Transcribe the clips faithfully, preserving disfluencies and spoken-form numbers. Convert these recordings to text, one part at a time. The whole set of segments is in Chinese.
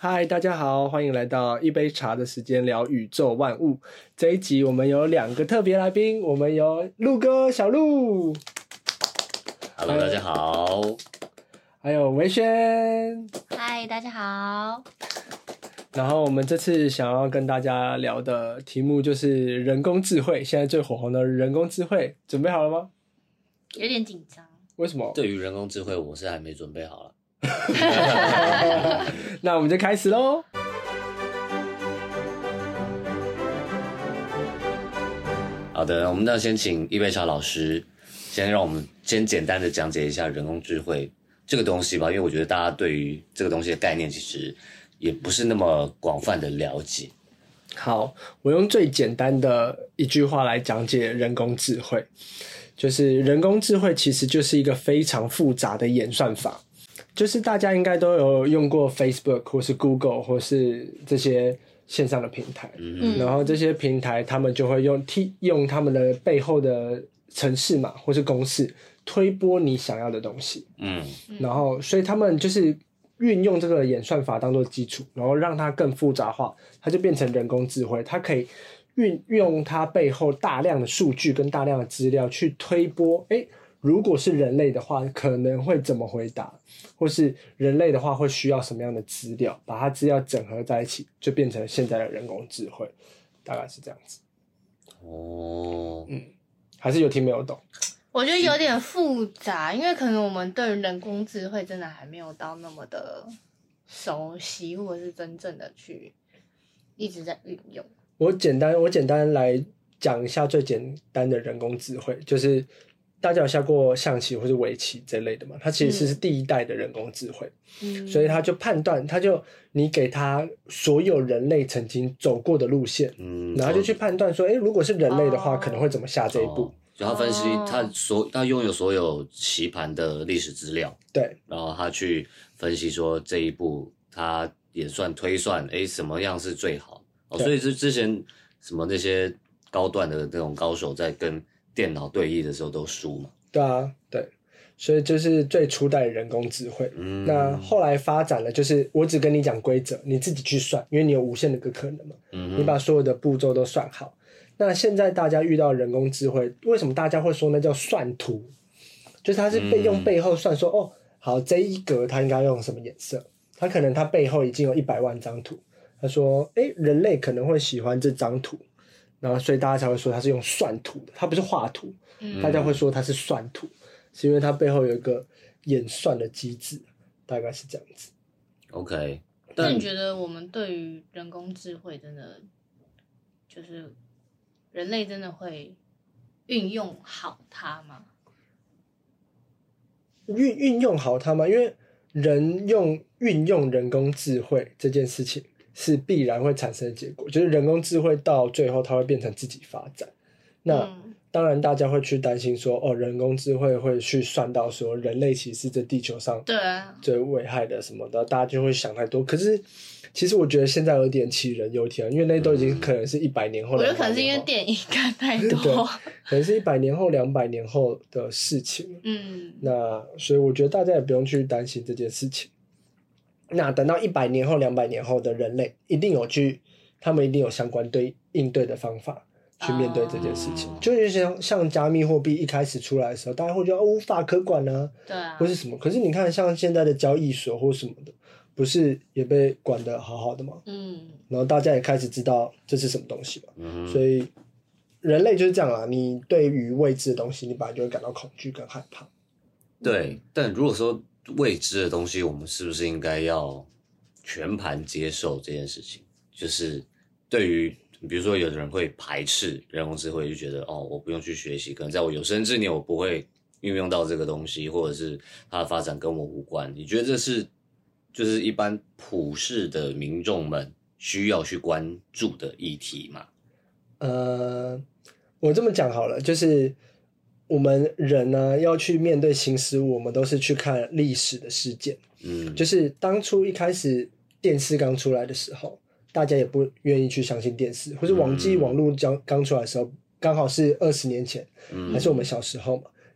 嗨，大家好，欢迎来到一杯茶的时间聊宇宙万物。这一集我们有两个特别来宾，我们有陆哥小陆 Hello 大家好， 还有维轩。 嗨，大家好。 然后我们这次想要跟大家聊的题目就是人工智慧，现在最火红的人工智慧，准备好了吗？ 有点紧张。 为什么？ 对于人工智慧我是还没准备好了。 那我们就开始咯。 好的，我们那先请一杯茶老师先让我们先简单的讲解一下人工智慧这个东西吧，因为我觉得大家对于这个东西的概念其实也不是那么广泛的了解。 好，我用最简单的一句话来讲解人工智慧，就是人工智慧其实就是一个非常复杂的演算法。就是大家应该都有用过 Facebook 或是 Google 或是这些线上的平台，嗯，然后这些平台他们就会用用他们的背后的程式码或是公式推播你想要的东西，嗯，然后所以他们就是运用这个演算法当做基础，然后让它更复杂化，它就变成人工智慧，它可以运用它背后大量的数据跟大量的资料去推播，诶如果是人类的话可能会怎么回答，或是人类的话会需要什么样的资料，把它资料整合在一起，就变成现在的人工智慧，大概是这样子。哦，嗯，还是有听没有懂？ 我觉得有点复杂，因为可能我们对人工智慧真的还没有到那么的熟悉，或者是真正的去一直在运用。 我简单我简单来讲一下最简单的人工智慧，就是大家有下过象棋或是围棋这类的嘛？它其实是第一代的人工智慧，嗯，所以他就判断，他就你给他所有人类曾经走过的路线，嗯，然后就去判断说，哎，如果是人类的话，哦，可能会怎么下这一步？ 哦，就他分析他所他拥有所有棋盘的历史资料， 对， 然后他去分析说这一步他演算推算，哎，什么样是最好？哦，所以是之前什么那些高段的那种高手在跟电脑对弈的时候都输嘛？ 对啊，对，所以就是最初代的人工智慧。嗯，那后来发展了，就是我只跟你讲规则，你自己去算，因为你有无限的个可能嘛。嗯，你把所有的步骤都算好。那现在大家遇到人工智慧，为什么大家会说那叫算图？就是它是被用背后算说，嗯，哦，好，这一格它应该用什么颜色？它可能它背后已经有一百万张图。他说，哎，人类可能会喜欢这张图。然后所以大家才会说它是用算图的，它不是画图，嗯，大家会说它是算图，是因为它背后有一个演算的机制，大概是这样子。 OK， 那你觉得我们对于人工智慧真的就是人类真的会运用好它吗？ 运运用好它吗？因为人用运用人工智慧这件事情是必然会产生的结果，就是人工智慧到最后它会变成自己发展。那，嗯，当然大家会去担心说，哦，人工智慧会去算到说人类其实是这地球上最危害的什么的，大家就会想太多。可是其实我觉得现在有点杞人忧天，因为那都已经可能是一百年后， 我觉得可能是因为电影看太多， 对，可能是一百年后、两百年后的事情。嗯，那所以我觉得大家也不用去担心这件事情。那等到一百年后、两百年后的人类，一定有去，他们一定有相关对应对的方法去面对这件事情。Oh. 就像像加密货币一开始出来的时候，大家会觉得，哦，无法可管啊， 对啊， 或是什么。可是你看，像现在的交易所或什么的，不是也被管得好好的吗？嗯，然后大家也开始知道这是什么东西了。嗯，所以人类就是这样啦，你对于未知的东西，你本来就会感到恐惧跟害怕。 对，但如果说未知的东西，我们是不是应该要全盘接受这件事情？就是对于比如说有的人会排斥人工智慧，就觉得哦，我不用去学习，可能在我有生之年我不会运用到这个东西，或者是它的发展跟我无关。你觉得这是就是一般普世的民众们需要去关注的议题吗？ 呃，我这么讲好了，就是我们人呢要去面对新事物，我们都是去看历史的事件。嗯，就是当初一开始电视刚出来的时候，大家也不愿意去相信电视，或是网际网络刚刚出来的时候，刚好是二十年前，嗯，还是我们小时候嘛。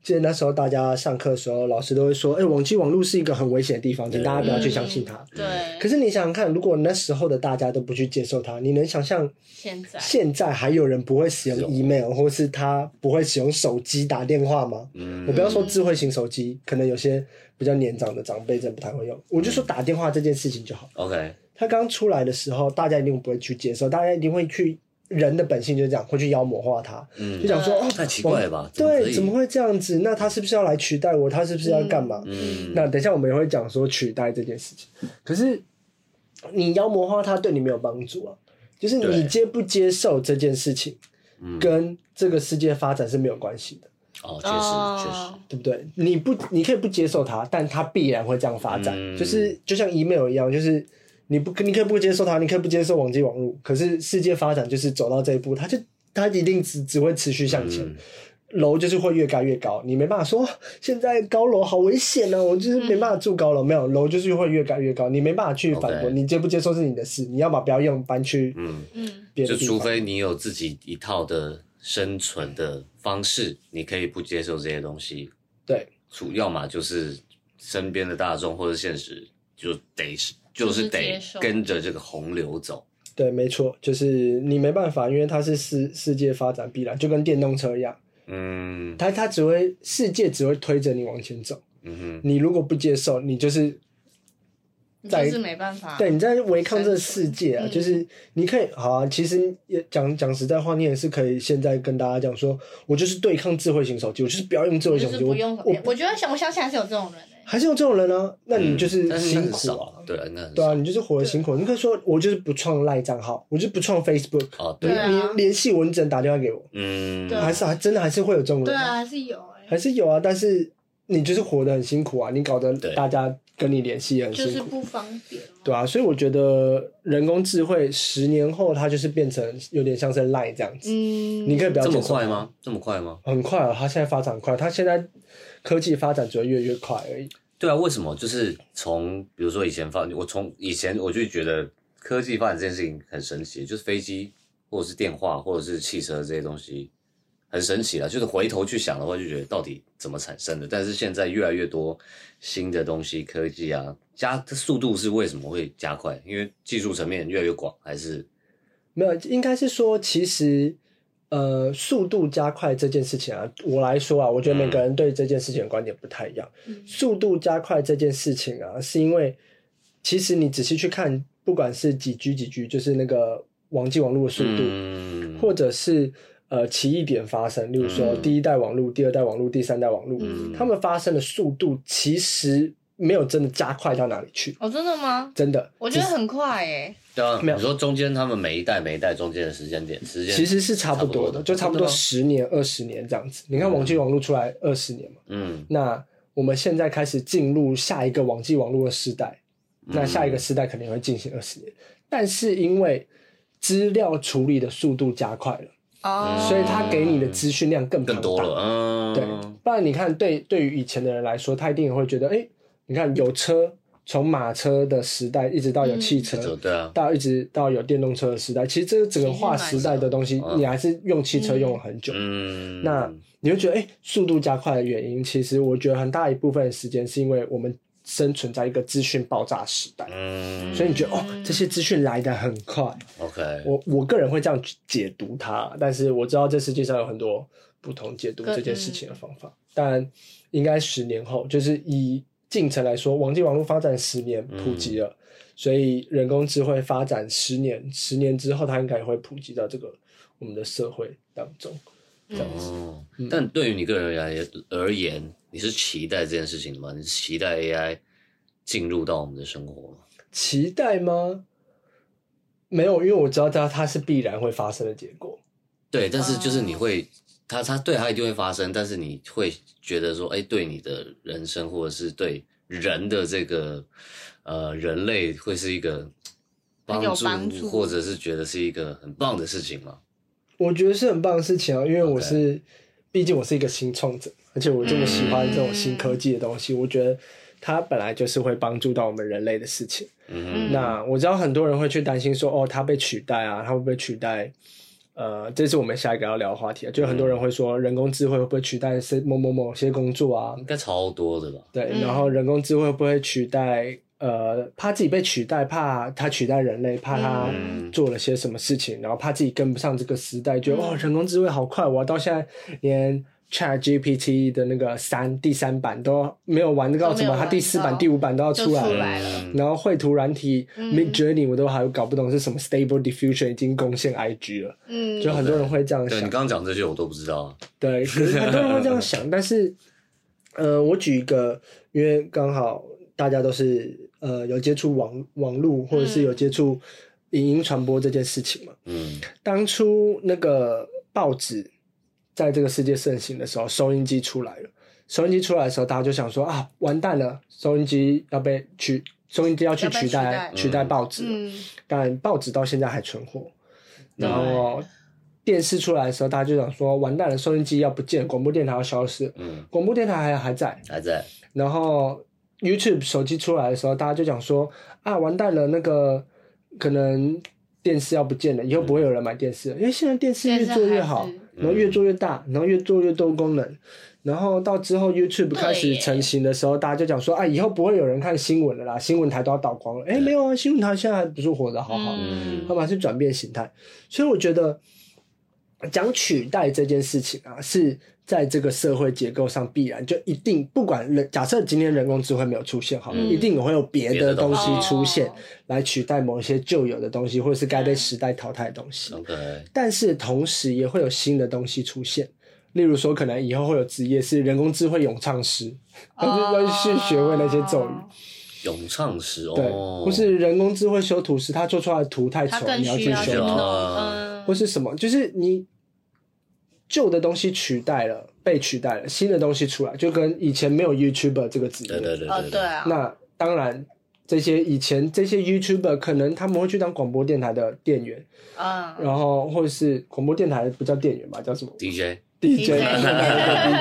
记得那时候大家上课的时候，老师都会说：“哎、欸，网际网络是一个很危险的地方，请大家不要去相信它。 嗯”对。 可是你想想看，如果那时候的大家都不去接受它，你能想象现在现在还有人不会使用 email， 或是他不会使用手机打电话吗？嗯，我不要说智慧型手机，可能有些比较年长的长辈真的不太会用。我就说打电话这件事情就好。 OK， 他刚出来的时候，大家一定不会去接受，大家一定会去。人的本性就是这样，会去妖魔化他，嗯、就讲说哦， 太奇怪了吧？ 对，怎么会这样子？那他是不是要来取代我？他是不是要干嘛？嗯，那等一下我们也会讲说取代这件事情。可是你妖魔化他，对你没有帮助啊。就是你接不接受这件事情，跟这个世界发展是没有关系的。 哦，确实，确实， 对不对？你不，你可以不接受它，但它必然会这样发展。嗯、就是就像 email 一样，就是。你不，你可以不接受它，你可以不接受网际网络，可是世界发展就是走到这一步，它就它一定只只会持续向前，楼、嗯、就是会越盖越高，你没办法说现在高楼好危险哦，我就是没办法住高楼，嗯、没有楼就是会越盖越高，你没办法去反驳， okay. 你接不接受是你的事，你要么不要用搬去嗯嗯， 就除非你有自己一套的生存的方式，你可以不接受这些东西， 对， 要么就是身边的大众或者现实就得是。就是得跟着这个洪流走， 对，没错，就是你没办法，因为它是世世界发展必然，就跟电动车一样，嗯，它它只会世界只会推着你往前走，嗯哼，你如果不接受，你就是在就是没办法， 对，你在违抗这个世界啊，嗯、就是你可以好啊，其实也讲讲实在话，你也是可以现在跟大家讲说，我就是对抗智慧型手机，我就是不要用智慧型手机， 我就是不用，我我觉得想我相信还是有这种人。 还是有这种人啊，那你就是辛苦啊， 嗯、对，那对啊，你就是活得辛苦。你可以说，我就是不创赖账号，我就不创 Facebook， 哦，对啊，你联系我，你只能打电话给我，嗯，还是还真的还是会有这种人， 对啊，还是有、欸， 还是有啊，但是你就是活得很辛苦啊，你搞得大家跟你联系也很辛苦， 就是不方便， 对啊，所以我觉得人工智慧十年后它就是变成有点像是赖这样子，嗯，你可以不要这么快吗？这么快吗？ 很快啊，它现在发展很快，它现在。科技发展只会越来越快而已。 对啊，为什么？就是从比如说以前发，我从以前我就觉得科技发展这件事情很神奇，就是飞机或者是电话或者是汽车这些东西很神奇啦。就是回头去想的话，就觉得到底怎么产生的？但是现在越来越多新的东西，科技啊，加速度是为什么会加快？因为技术层面越来越广，还是没有？应该是说，其实。呃，速度加快这件事情啊，我来说啊，我觉得每个人对这件事情的观点不太一样。嗯、速度加快这件事情啊，是因为其实你仔细去看，不管是几 G 几 G， 就是那个网际网络的速度，嗯、或者是呃奇异点发生，例如说第一代网络、第二代网络、第三代网络，嗯、他们发生的速度其实没有真的加快到哪里去。 哦，真的吗？ 真的， 我觉得很快耶。 对啊，你说中间他们每一代每一代中间的时间点，时间其实是差不多的，就差不多十年、二十年这样子。你看网际网络出来二十年嘛，嗯，那我们现在开始进入下一个网际网络的时代，嗯、那下一个时代肯定会进行二十年，但是因为资料处理的速度加快了，哦，所以它给你的资讯量更更多了，嗯， 对，不然你看对对于以前的人来说，他一定也会觉得，哎，你看有车。从马车的时代一直到有汽车， 嗯、对啊， 到一直到有电动车的时代，其实这个整个划时代的东西，你还是用汽车用了很久。嗯，那你会觉得，哎、欸，速度加快的原因，其实我觉得很大一部分的时间是因为我们生存在一个资讯爆炸时代。嗯，所以你觉得，哦，这些资讯来得很快。 OK， 我我个人会这样解读它，但是我知道这世界上有很多不同解读这件事情的方法，但应该十年后，就是以。进程来说，网际网络发展十年普及了，嗯、所以人工智慧发展十年，十年之后它应该也会普及到这个我们的社会当中，这样子。 哦嗯、但对于你个人而言，你是期待这件事情的吗？你是期待 A I 进入到我们的生活吗？ 期待吗？没有，因为我知道它它是必然会发生的结果。 对，但是就是你会。哦它它对它一定会发生，但是你会觉得说，哎，对你的人生或者是对人的这个呃人类会是一个帮助， 帮助或者是觉得是一个很棒的事情吗？ 我觉得是很棒的事情啊，因为我是，毕竟我是一个新创者，而且我这么喜欢这种新科技的东西，嗯、我觉得它本来就是会帮助到我们人类的事情。嗯，那我知道很多人会去担心说，哦，它被取代啊，它会不会取代？ 呃，这是我们下一个要聊的话题啊，就很多人会说人工智慧会不会取代某某某些工作啊？ 应该超多的吧？ 对， 嗯然后人工智慧会不会取代？呃，怕自己被取代，怕他取代人类，怕他嗯做了些什么事情，然后怕自己跟不上这个时代，觉得、 嗯哦，人工智慧好快，我到现在连 Chat G P T 的那个三第三版都没有玩到什么，它第四版、第五版都要出来就出了。 来了。 然后绘图软体、 嗯 Mid Journey 我都还搞不懂是什么 Stable Diffusion 已经攻陷 I G 了， 嗯， 就很多人会这样想对你。刚刚讲这些我都不知道啊。 对，可是很多人会这样想，但是呃，我举一个，因为刚好大家都是呃有接触网网络或者是有接触影音传播这件事情嘛。 嗯当初那个报纸在这个世界盛行的时候，收音机出来了。收音机出来的时候，大家就想说啊，完蛋了，收音机要被取，收音机要去要被取代取代取代报纸了。 嗯， 但报纸到现在还存活。然后电视出来的时候，大家就想说，完蛋了，收音机要不见，广播电台要消失。 嗯， 广播电台还还在。 还在。 然后 YouTube 手机出来的时候，大家就讲说啊，完蛋了，那个可能电视要不见了，以后不会有人买电视了，因为现在电视越做越好，然后越做越大，然后越做越多功能。然后到之后 YouTube 开始成型的时候，大家就讲说啊，以后不会有人看新闻了啦，新闻台都要倒光了。哎，没有啊，新闻台现在还不是活得好好的， 嗯他们还是转变形态。所以我觉得讲取代这件事情啊，是在这个社会结构上必然就一定，不管人假设今天人工智慧没有出现好了， 嗯一定会有别的东西别的东西出现哦来取代某一些旧有的东西，或者是该被时代淘汰的东西。 OK， 但是同时也会有新的东西出现，例如说可能以后会有职业是人工智慧咏唱师，他就要去学会那些咒语。 咏唱师对， 哦， 或是人工智慧修图师，他做出来的图太丑， 他更你要去修需要去弄， 修图嗯， 或是什么，就是你旧的东西取代了，被取代了，新的东西出来，就跟以前没有 YouTuber 这个职业。 对对对哦， 对对啊， 那当然，这些以前这些 YouTuber 可能他们会去当广播电台的店员， 嗯， 然后或者是广播电台不叫店员吧，叫什么 D J， ？D J， D J D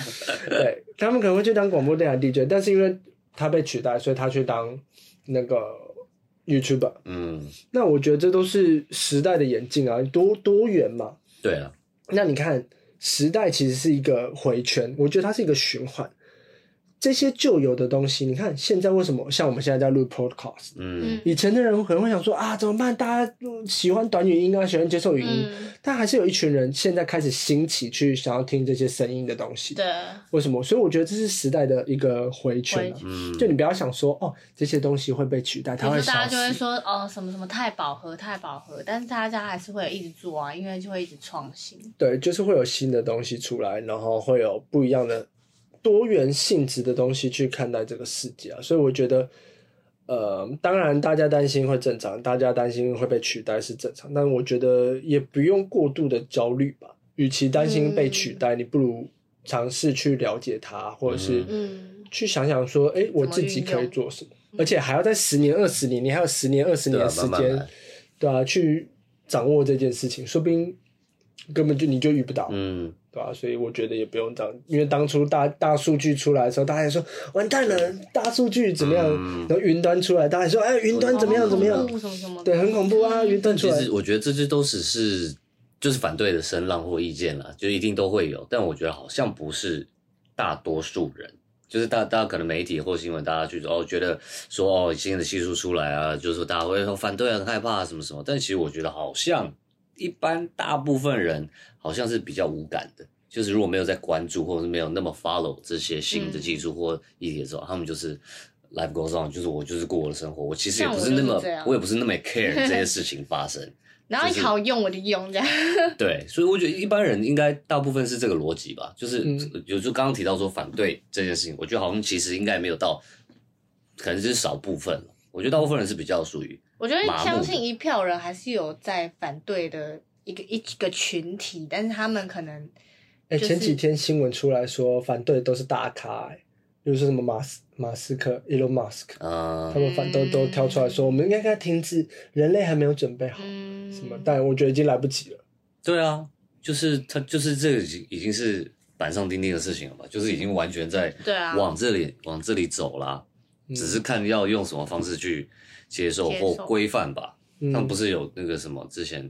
J， 对，他们可能会去当广播电台 D J， 但是因为他被取代，所以他去当那个 YouTuber。 嗯， 那我觉得这都是时代的演进啊，多多元嘛。 对啊， 那你看，时代其实是一个回圈，我觉得它是一个循环。这些旧有的东西，你看现在为什么像我们现在在录 podcast， 嗯以前的人可能会想说啊，怎么办？大家喜欢短语音啊，喜欢接受语音， 嗯， 但还是有一群人现在开始兴起去想要听这些声音的东西。 对， 为什么？所以我觉得这是时代的一个回圈、啊。 回嗯， 就你不要想说哦，这些东西会被取代， 比如它会消说大家就会失。 说哦，什么什么太饱和，太饱和，但是大家还是会一直做啊，因为就会一直创新。 对，就是会有新的东西出来，然后会有不一样的多元性质的东西去看待这个世界啊。所以我觉得，呃，当然大家担心会正常，大家担心会被取代是正常，但我觉得也不用过度的焦虑吧。与其担心被取代，你不如尝试去了解它，或者是嗯， 去想想说，哎、我自己可以做什么，而且还要在十年、二十年，你还有十年、二十年的时间， 对啊慢慢来对啊，去掌握这件事情，说不定根本就你就遇不到。 嗯， 对吧、所以我觉得也不用这样，因为当初大大数据出来的时候，大家也说完蛋了，大数据怎么样？ 嗯然后云端出来，大家也说哎，云端怎么样怎么样？ 恐怖什么什么的， 对，很恐怖啊！云端出来但其实，我觉得这些都只是就是反对的声浪或意见啦，就一定都会有，但我觉得好像不是大多数人。就是大大家可能媒体或新闻，大家去哦觉得说哦新的技术出来啊，就是说大家会说反对很害怕什么什么，但其实我觉得好像一般大部分人好像是比较无感的，就是如果没有在关注或者是没有那么 follow 这些新的技术或议题的时候，他们就是 life goes on， 就是我就是过我的生活，我其实也不是那么像我就是这样我也不是那么 care 这些事情发生。 然后你好用我就用这样。 对，所以我觉得一般人应该大部分是这个逻辑吧，就是嗯有就刚刚提到说反对这件事情，我觉得好像其实应该没有到，可能是少部分了。我觉得大部分人是比较属于我觉得麻木的相信一票人还是有在反对的一个一个群体，但是他们可能哎、 就是前几天新闻出来说反对都是大咖、欸，比如说什么马斯马斯克 Elon Musk， 呃他们反都都挑出来说，我们应该该停止，人类还没有准备好、 嗯什么，但我觉得已经来不及了。 对啊，就是他就是这个已经已经是板上钉钉的事情了嘛，就是已经完全在对啊往这里往这里走啦，只是看要用什么方式去接受接受或规范吧。 嗯他们不是有那个什么之前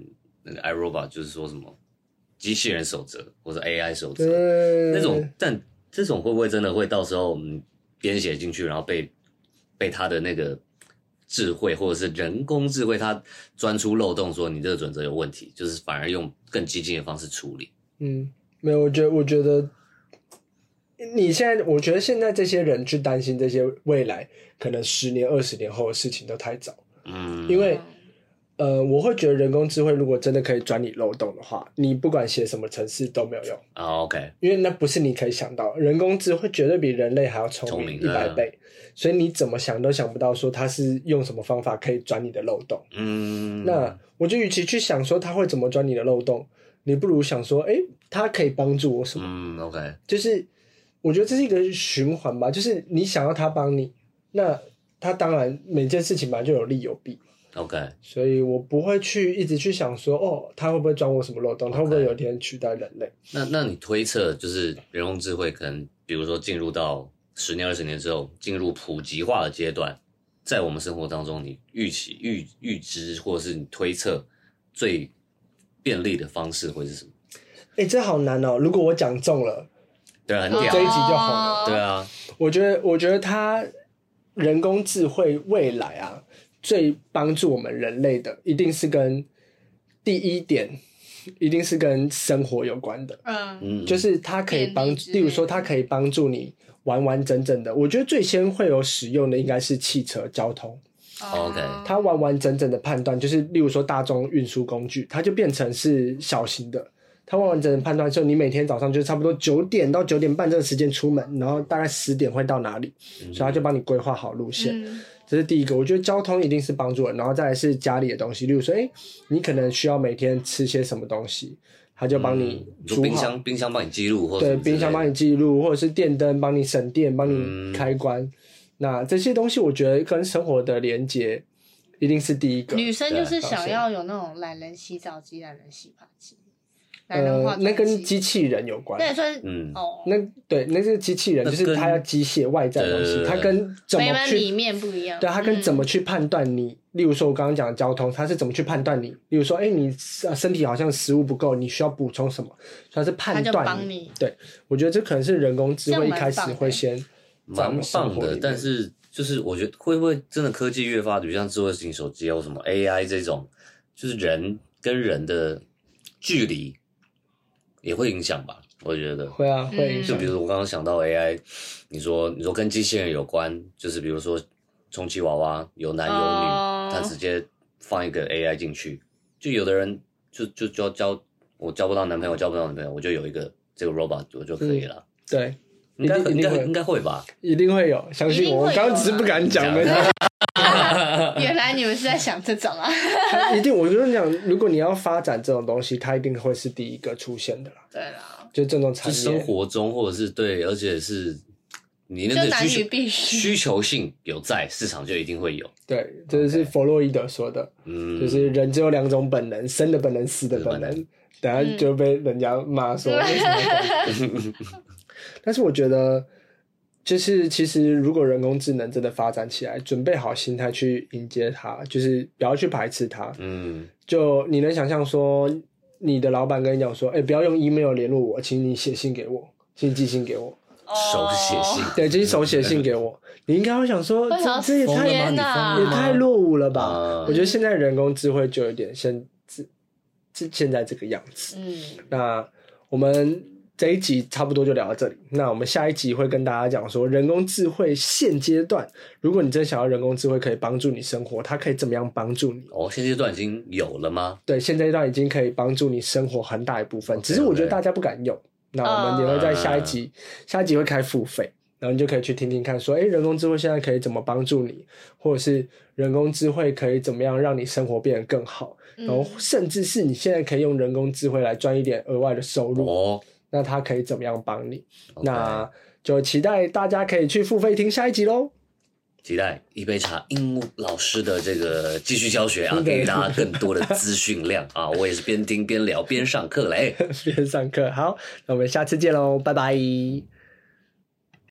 那个 iRobot 就是说什么机器人守则或者 A I 守则那种，但这种会不会真的会到时候我们编写进去，然后被被他的那个智慧或者是人工智慧，它钻出漏洞，说你这个准则有问题，就是反而用更激进的方式处理。 嗯，没有，我觉得，我觉得你现在，我觉得现在这些人去担心这些未来可能十年、二十年后的事情都太早。嗯，因为呃，我会觉得人工智慧如果真的可以钻你漏洞的话，你不管写什么程式都没有用啊。OK， 因为那不是你可以想到，人工智慧绝对比人类还要聪明一百倍，所以你怎么想都想不到说它是用什么方法可以钻你的漏洞。嗯，那我就与其去想说它会怎么钻你的漏洞，你不如想说，哎，它可以帮助我什么？ 嗯 ，OK， 就是我觉得这是一个循环吧，就是你想要它帮你，那它当然每件事情本来就有利有弊。 OK， 所以我不会去一直去想说，哦，它会不会钻我什么漏洞？ Okay. 它会不会有一天取代人类？ 那那你推测，就是人工智慧可能，比如说进入到十年、二十年之后，进入普及化的阶段，在我们生活当中，你预期、预预知，或者是你推测最便利的方式会是什么？ 哎、欸，这好难哦！如果我讲中了， 对啊，很屌， 这一集就红了。 对啊， 我觉得，我觉得它人工智慧未来啊。最帮助我们人类的，一定是跟第一点，一定是跟生活有关的。嗯，就是它可以帮，例如说，它可以帮助你完完整整的。我觉得最先会有使用的应该是汽车交通。 OK， 它完完整整的判断，就是例如说大众运输工具，它就变成是小型的。它完完整整判断之后，你每天早上就差不多九点到九点半这个时间出门，然后大概十点会到哪里，嗯、所以它就帮你规划好路线。嗯，这是第一个，我觉得交通一定是帮助人，然后再来是家里的东西，例如说，哎，你可能需要每天吃些什么东西，他就帮你煮好， 嗯、冰箱冰箱帮你记录，或者对，冰箱帮你记录，或者是电灯帮你省电，帮你开关。嗯、那这些东西，我觉得跟生活的连接一定是第一个。 女生就是想要有那种懒人洗澡机、懒人洗发机。 呃，那跟机器人有关， 那也算是，嗯，哦， 那对，那是机器人，就是它要机械外在的东西，它跟怎么去里面不一样， 对，它跟怎么去判断你，嗯、例如说我刚刚讲的交通，它是怎么去判断你，例如说，哎，你身体好像食物不够，你需要补充什么，它是判断你， 你对，我觉得这可能是人工智慧一开始会先蛮棒的，但是就是我觉得会不会真的科技越发展，像智慧型手机或什么 A I 这种，就是人跟人的距离。也会影响吧，我觉得会啊，会影响。 就比如我刚刚想到 A I， 你说你说跟机器人有关，就是比如说充气娃娃有男有女，他、oh. 直接放一个 A I 进去，就有的人就就交交我交不到男朋友，交不到男朋友，我就有一一个这个 robot 我就可以了。 嗯、对， 应该应该应该会吧， 一定会有，相信我，我刚刚只是不敢讲的。 原来你们是在想这种啊？ 一定，我跟你讲，如果你要发展这种东西，它一定会是第一个出现的啦。 对啦， 就这种产业， 生活中或者是对，而且是你那个需求需求性有在，市场就一定会有。 对，这是弗洛伊德说的，嗯，就是人只有两种本能，生的本能，死的本能。嗯、等下就被人家骂说为什么？但是我觉得。就是其实如果人工智能真的发展起来，准备好心态去迎接它，就是不要去排斥它。嗯，就你能想象说，你的老板跟你讲说，哎、欸，不要用 email 联络我，请你写信给我，请你寄信给我， 手写信， 对，请手写信给我。你应该会想说，这这也太也太落伍了吧？嗯、我觉得现在人工智慧就有点现现在这个样子。嗯，那我们。这一集差不多就聊到这里，那我们下一集会跟大家讲说人工智慧现阶段，如果你真想要人工智慧可以帮助你生活，它可以怎么样帮助你？ 哦，现阶段已经有了吗？ 对，现阶段已经可以帮助你生活很大一部分， okay, 只是我觉得大家不敢用。Okay. 那我们也会在下一集， uh, 下一集会开付费，然后你就可以去听听看说，诶，人工智慧现在可以怎么帮助你，或者是人工智慧可以怎么样让你生活变得更好，嗯、然后甚至是你现在可以用人工智慧来赚一点额外的收入。哦，那他可以怎么样帮你？ Okay. 那就期待大家可以去付费听下一集咯。 期待一杯茶樱木老师的这个继续教学啊，给大家更多的资讯量啊！我也是边听边聊边上课嘞， 边上课。好，那我们下次见咯，拜拜。